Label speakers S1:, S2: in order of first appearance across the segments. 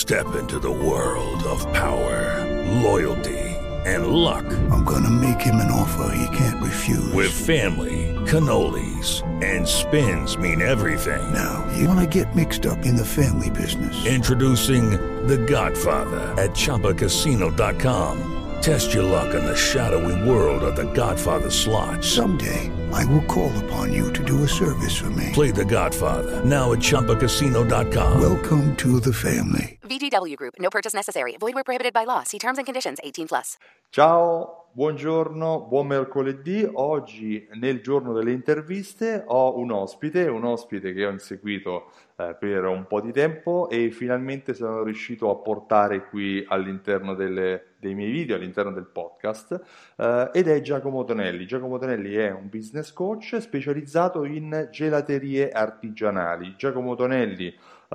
S1: Step into the world of power, loyalty, and luck.
S2: I'm gonna make him an offer he can't refuse.
S1: With family, cannolis, and spins mean everything.
S2: Now, you wanna get mixed up in the family business.
S1: Introducing The Godfather at ChumbaCasino.com. Test your luck in the shadowy world of The Godfather slot.
S2: Someday, I will call upon you to do a service for me.
S1: Play The Godfather now at ChumbaCasino.com.
S2: Welcome to the family.
S3: VGW Group. No purchase necessary. Void where prohibited by law. See terms and conditions. 18+.
S4: Ciao, buongiorno, buon mercoledì. Oggi, nel giorno delle interviste, ho un ospite che ho inseguito per un po' di tempo e finalmente sono riuscito a portare qui all'interno dei miei video, all'interno del podcast, ed è Giacomo Tonelli. Giacomo Tonelli è un business coach specializzato in gelaterie artigianali. Giacomo Tonelli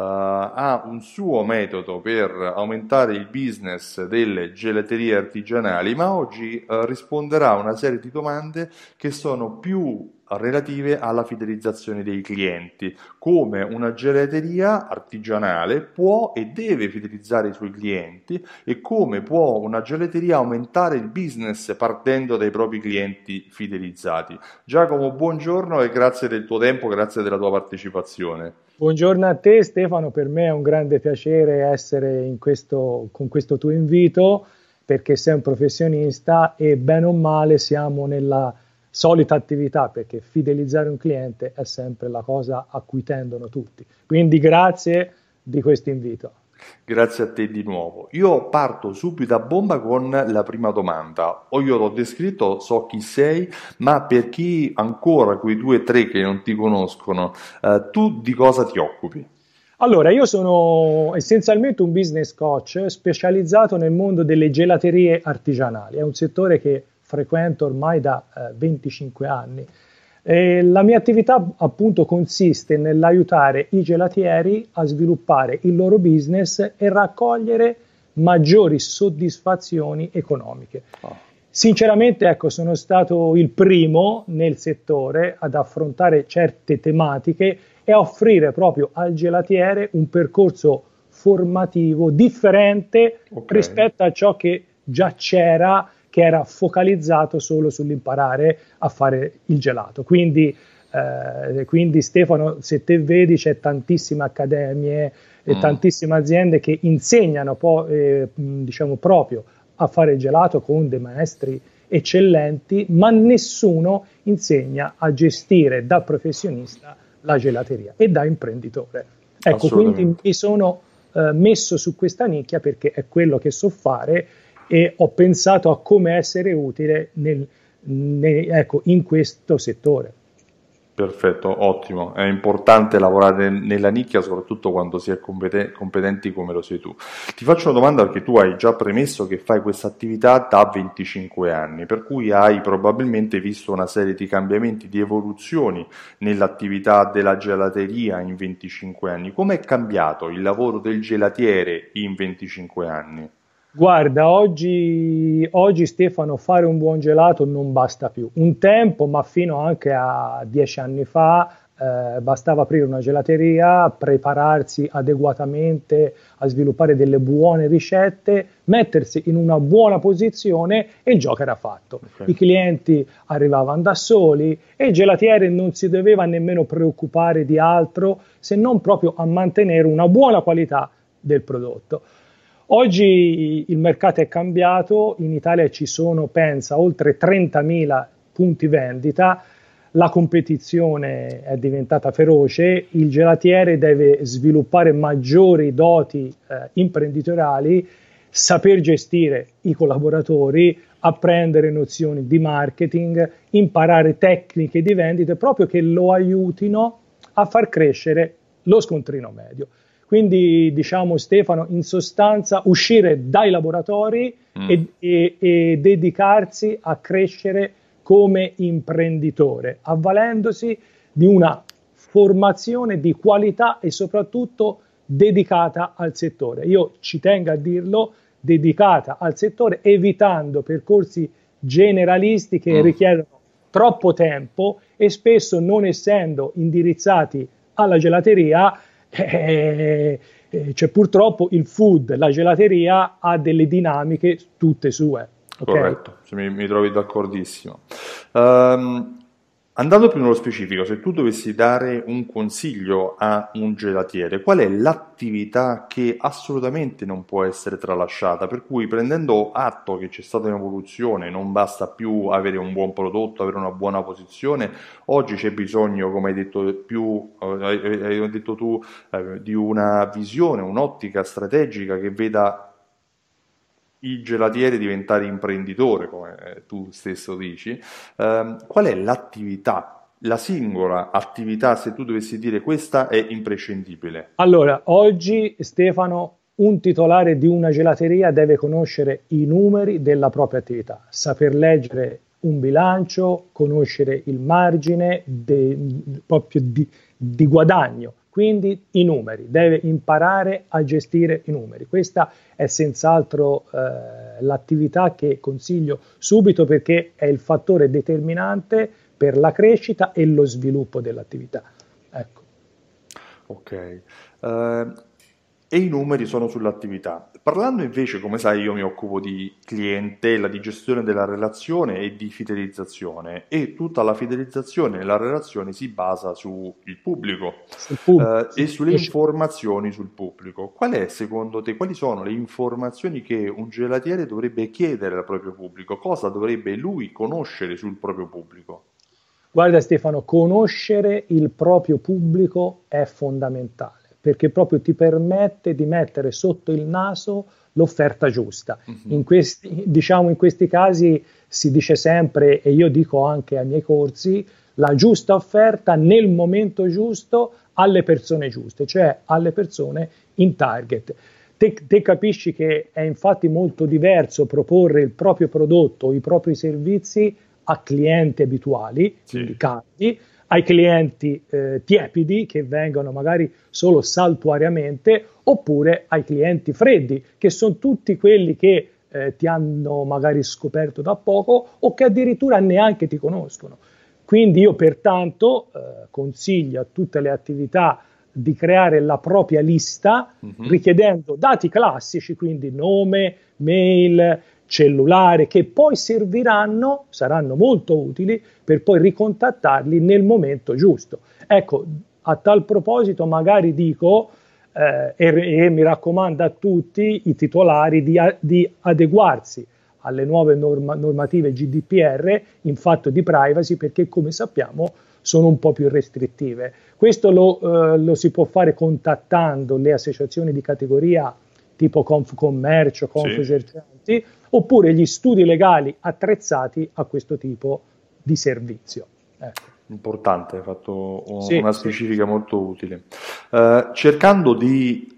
S4: ha un suo metodo per aumentare il business delle gelaterie artigianali, ma oggi risponderà a una serie di domande che sono più relative alla fidelizzazione dei clienti, come una gelateria artigianale può e deve fidelizzare i suoi clienti e come può una gelateria aumentare il business partendo dai propri clienti fidelizzati. Giacomo, buongiorno e grazie del tuo tempo, grazie della tua partecipazione.
S5: Buongiorno a te Stefano, per me è un grande piacere essere con questo tuo invito, perché sei un professionista e bene o male siamo nella solita attività, perché fidelizzare un cliente è sempre la cosa a cui tendono tutti. Quindi grazie di questo invito.
S4: Grazie a te di nuovo. Io parto subito a bomba con la prima domanda. Io l'ho descritto, so chi sei, ma per chi ancora, quei 2 o 3 che non ti conoscono, tu di cosa ti occupi?
S5: Allora, io sono essenzialmente un business coach specializzato nel mondo delle gelaterie artigianali. È un settore che frequento ormai da 25 anni. La mia attività appunto consiste nell'aiutare i gelatieri a sviluppare il loro business e raccogliere maggiori soddisfazioni economiche. Sinceramente, ecco, sono stato il primo nel settore ad affrontare certe tematiche e a offrire proprio al gelatiere un percorso formativo differente rispetto a ciò che già c'era, che era focalizzato solo sull'imparare a fare il gelato. Quindi Stefano, se te vedi, c'è tantissime accademie e tantissime aziende che insegnano diciamo proprio a fare il gelato con dei maestri eccellenti, ma nessuno insegna a gestire da professionista la gelateria e da imprenditore. Ecco, quindi mi sono messo su questa nicchia perché è quello che so fare e ho pensato a come essere utile in questo settore.
S4: Perfetto, ottimo. È importante lavorare nella nicchia, soprattutto quando si è competenti come lo sei tu. Ti faccio una domanda perché tu hai già premesso che fai questa attività da 25 anni, per cui hai probabilmente visto una serie di cambiamenti, di evoluzioni nell'attività della gelateria in 25 anni. Come è cambiato il lavoro del gelatiere in 25 anni?
S5: Guarda, oggi Stefano, fare un buon gelato non basta più. Un tempo, ma fino anche a 10 anni fa, bastava aprire una gelateria, prepararsi adeguatamente a sviluppare delle buone ricette, mettersi in una buona posizione e il gioco era fatto. I clienti arrivavano da soli e il gelatiere non si doveva nemmeno preoccupare di altro se non proprio a mantenere una buona qualità del prodotto. Oggi il mercato è cambiato, in Italia ci sono, pensa, oltre 30.000 punti vendita, la competizione è diventata feroce, il gelatiere deve sviluppare maggiori doti imprenditoriali, saper gestire i collaboratori, apprendere nozioni di marketing, imparare tecniche di vendita proprio che lo aiutino a far crescere lo scontrino medio. Quindi diciamo, Stefano, in sostanza uscire dai laboratori e dedicarsi a crescere come imprenditore, avvalendosi di una formazione di qualità e soprattutto dedicata al settore. Io ci tengo a dirlo, dedicata al settore, evitando percorsi generalisti che richiedono troppo tempo e spesso, non essendo indirizzati alla gelateria, Cioè, purtroppo il food, la gelateria ha delle dinamiche tutte sue. Okay?
S4: Corretto, mi trovi d'accordissimo. Andando più nello specifico, se tu dovessi dare un consiglio a un gelatiere, qual è l'attività che assolutamente non può essere tralasciata? Per cui, prendendo atto che c'è stata un'evoluzione, non basta più avere un buon prodotto, avere una buona posizione, oggi c'è bisogno, come hai detto, hai detto tu, di una visione, un'ottica strategica che veda il gelatiere diventare imprenditore, come tu stesso dici. Qual è l'attività, la singola attività, se tu dovessi dire questa è imprescindibile?
S5: Allora, oggi Stefano, un titolare di una gelateria deve conoscere i numeri della propria attività, saper leggere un bilancio, conoscere il margine proprio di guadagno. Quindi i numeri, deve imparare a gestire i numeri. Questa è senz'altro l'attività che consiglio subito, perché è il fattore determinante per la crescita e lo sviluppo dell'attività. Ecco.
S4: Ok. E i numeri sono sull'attività. Parlando invece, come sai, io mi occupo di clientela, di gestione della relazione e di fidelizzazione, e tutta la fidelizzazione e la relazione si basa sul pubblico, e sulle informazioni sul pubblico. Qual è, secondo te, quali sono le informazioni che un gelatiere dovrebbe chiedere al proprio pubblico? Cosa dovrebbe lui conoscere sul proprio pubblico?
S5: Guarda Stefano, conoscere il proprio pubblico è fondamentale, perché proprio ti permette di mettere sotto il naso l'offerta giusta. In questi casi si dice sempre, e io dico anche ai miei corsi, la giusta offerta nel momento giusto alle persone giuste, cioè alle persone in target. Te capisci che è infatti molto diverso proporre il proprio prodotto o i propri servizi a clienti abituali, quindi caldi, ai clienti tiepidi che vengono magari solo saltuariamente, oppure ai clienti freddi, che sono tutti quelli che ti hanno magari scoperto da poco o che addirittura neanche ti conoscono. Quindi io pertanto consiglio a tutte le attività di creare la propria lista, richiedendo dati classici, quindi nome, mail, cellulare, che poi saranno molto utili per poi ricontattarli nel momento giusto. Ecco, a tal proposito magari dico, e mi raccomando a tutti i titolari di adeguarsi alle nuove normative GDPR in fatto di privacy, perché come sappiamo sono un po' più restrittive. Questo lo si può fare contattando le associazioni di categoria tipo Confcommercio, Confesercenti, oppure gli studi legali attrezzati a questo tipo di servizio. Ecco.
S4: Importante, hai fatto una specifica molto utile. Cercando di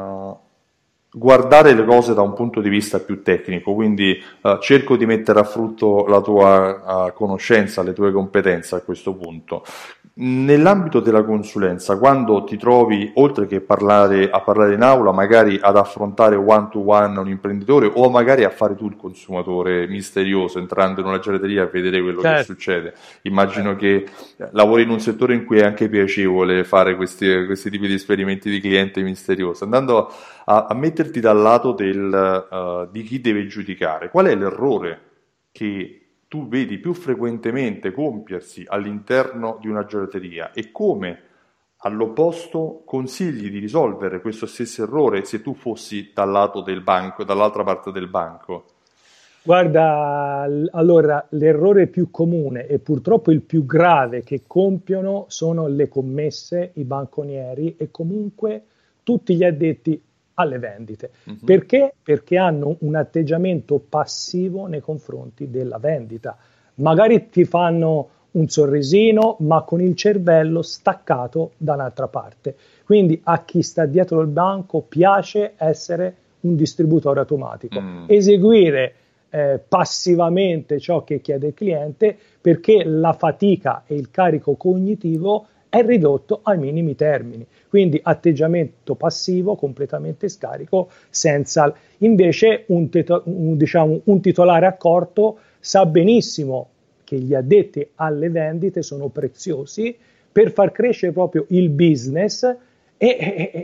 S4: guardare le cose da un punto di vista più tecnico, quindi cerco di mettere a frutto la tua conoscenza, le tue competenze a questo punto. Nell'ambito della consulenza, quando ti trovi, oltre che a parlare in aula, magari ad affrontare one to one un imprenditore, o magari a fare tu il consumatore misterioso, entrando in una gelateria a vedere quello che succede. Immagino che lavori in un settore in cui è anche piacevole fare questi tipi di esperimenti di cliente misterioso. Andando a metterti dal lato di chi deve giudicare, qual è l'errore che tu vedi più frequentemente compiersi all'interno di una gelateria, e come all'opposto consigli di risolvere questo stesso errore se tu fossi dal lato del banco, dall'altra parte del banco?
S5: Guarda, allora l'errore più comune e purtroppo il più grave che compiono sono le commesse, i banconieri e comunque tutti gli addetti alle vendite. Perché? Perché hanno un atteggiamento passivo nei confronti della vendita. Magari ti fanno un sorrisino, ma con il cervello staccato da un'altra parte. Quindi a chi sta dietro il banco piace essere un distributore automatico, eseguire passivamente ciò che chiede il cliente, perché la fatica e il carico cognitivo è ridotto ai minimi termini. Quindi atteggiamento passivo, completamente scarico, senza. Invece un titolare accorto sa benissimo che gli addetti alle vendite sono preziosi per far crescere proprio il business, e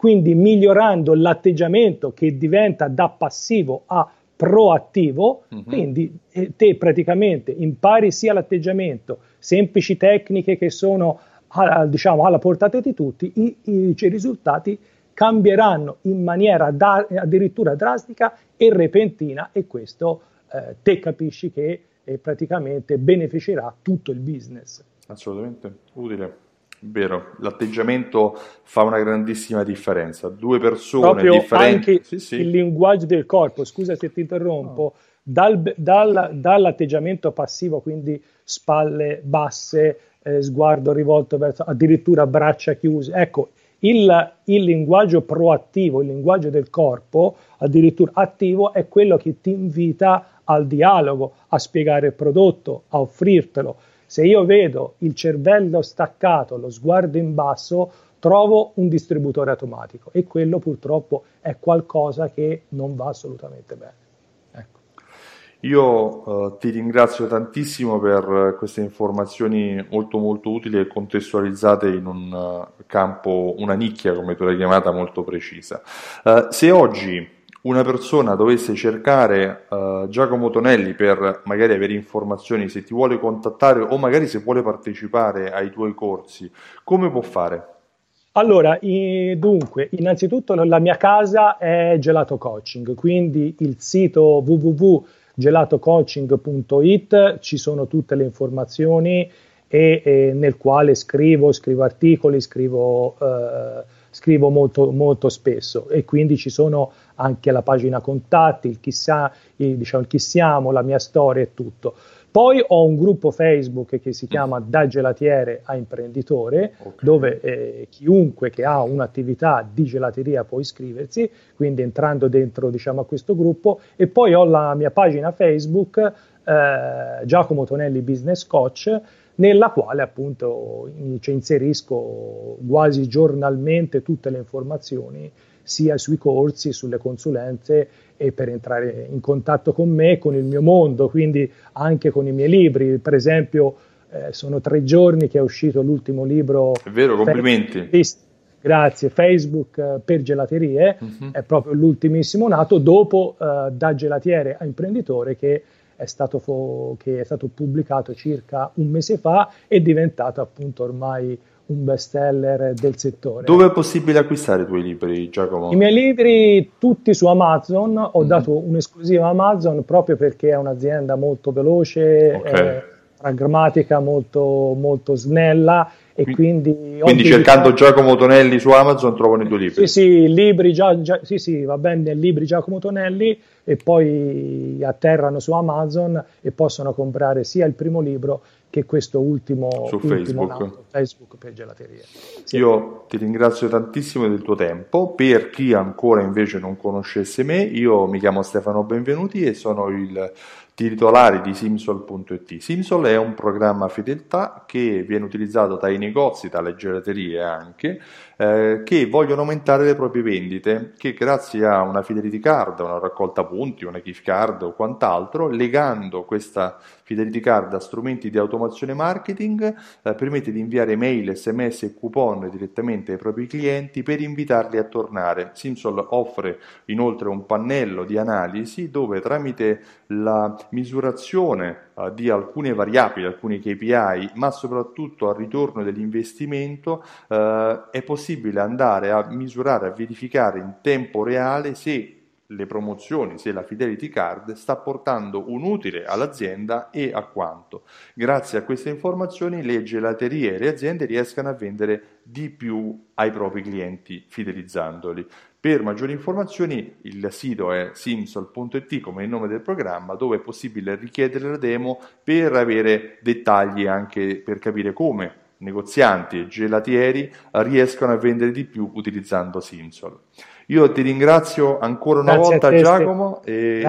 S5: quindi migliorando l'atteggiamento che diventa da passivo a proattivo, quindi te praticamente impari sia l'atteggiamento, semplici tecniche che sono diciamo alla portata di tutti, i risultati cambieranno in maniera addirittura drastica e repentina, e questo te capisci che praticamente beneficerà tutto il business.
S4: Assolutamente utile. Vero, l'atteggiamento fa una grandissima differenza. Due persone
S5: Proprio
S4: differenti.
S5: anche
S4: Sì.
S5: il linguaggio del corpo, scusa se ti interrompo, dall'atteggiamento passivo, quindi spalle basse, sguardo rivolto verso, addirittura braccia chiuse. Ecco, il linguaggio proattivo, il linguaggio del corpo, addirittura attivo, è quello che ti invita al dialogo, a spiegare il prodotto, a offrirtelo. Se io vedo il cervello staccato, lo sguardo in basso, trovo un distributore automatico, e quello purtroppo è qualcosa che non va assolutamente bene. Ecco.
S4: Io ti ringrazio tantissimo per queste informazioni molto molto utili e contestualizzate in un campo, una nicchia come tu l'hai chiamata, molto precisa. Se oggi una persona dovesse cercare Giacomo Tonelli per magari avere informazioni, se ti vuole contattare o magari se vuole partecipare ai tuoi corsi, come può fare?
S5: Allora, dunque, innanzitutto la mia casa è Gelato Coaching, quindi il sito www.gelatocoaching.it, ci sono tutte le informazioni e nel quale scrivo articoli, scrivo molto, molto spesso, e quindi ci sono anche la pagina contatti, il chi siamo, la mia storia e tutto. Poi ho un gruppo Facebook che si chiama Da Gelatiere a Imprenditore, dove chiunque che ha un'attività di gelateria può iscriversi, quindi entrando dentro a questo gruppo. E poi ho la mia pagina Facebook, Giacomo Tonelli Business Coach, nella quale appunto inserisco quasi giornalmente tutte le informazioni, sia sui corsi, sulle consulenze, e per entrare in contatto con me, con il mio mondo, quindi anche con i miei libri. Per esempio, sono 3 giorni che è uscito l'ultimo libro.
S4: È vero, complimenti.
S5: Grazie, Facebook per gelaterie, è proprio l'ultimissimo nato dopo Da Gelatiere a Imprenditore, che è stato pubblicato circa un mese fa, e è diventato appunto ormai un bestseller del settore.
S4: Dove è possibile acquistare i tuoi libri, Giacomo?
S5: I miei libri tutti su Amazon, ho dato un'esclusiva a Amazon proprio perché è un'azienda molto veloce, pragmatica, molto, molto snella, e quindi
S4: cercando Giacomo Tonelli su Amazon trovano i tuoi libri.
S5: Sì, libri va bene, libri Giacomo Tonelli, e poi atterrano su Amazon e possono comprare sia il primo libro che questo ultimo
S4: su
S5: Facebook per gelaterie. Sì.
S4: Io ti ringrazio tantissimo del tuo tempo. Per chi ancora invece non conoscesse me, io mi chiamo Stefano Benvenuti e sono il titolare di Simsol.it. Simsol è un programma fedeltà che viene utilizzato dai negozi, dalle gelaterie anche, che vogliono aumentare le proprie vendite, che grazie a una fidelity card, una raccolta punti, una gift card o quant'altro, legando questa fidelity card a strumenti di automazione marketing, permette di inviare mail, sms e coupon direttamente ai propri clienti per invitarli a tornare. Simsol offre inoltre un pannello di analisi dove, tramite la misurazione di alcune variabili, alcuni KPI, ma soprattutto al ritorno dell'investimento, è possibile andare a misurare, a verificare in tempo reale se le promozioni, se la Fidelity Card sta portando un utile all'azienda e a quanto. Grazie a queste informazioni le gelaterie e le aziende riescano a vendere di più ai propri clienti fidelizzandoli. Per maggiori informazioni il sito è simsol.it, come il nome del programma, dove è possibile richiedere la demo per avere dettagli, anche per capire come negozianti e gelatieri riescono a vendere di più utilizzando Simsol. Io ti ringrazio ancora una volta, Giacomo, e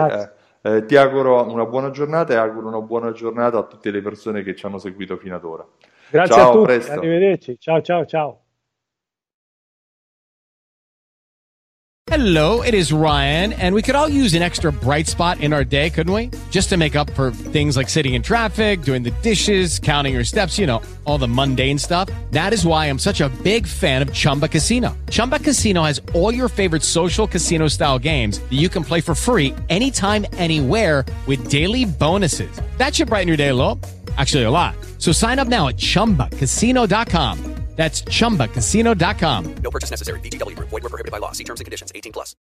S4: ti auguro una buona giornata, e auguro una buona giornata a tutte le persone che ci hanno seguito fino ad ora.
S5: Grazie a tutti, presto. Arrivederci, ciao.
S6: Hello, it is Ryan, and we could all use an extra bright spot in our day, couldn't we? Just to make up for things like sitting in traffic, doing the dishes, counting your steps, you know, all the mundane stuff. That is why I'm such a big fan of Chumba Casino. Chumba Casino has all your favorite social casino-style games that you can play for free anytime, anywhere with daily bonuses. That should brighten your day a little. Actually, a lot. So sign up now at ChumbaCasino.com. That's ChumbaCasino.com.
S7: No purchase necessary. VGW Group. Void where prohibited by law. See terms and conditions. 18+.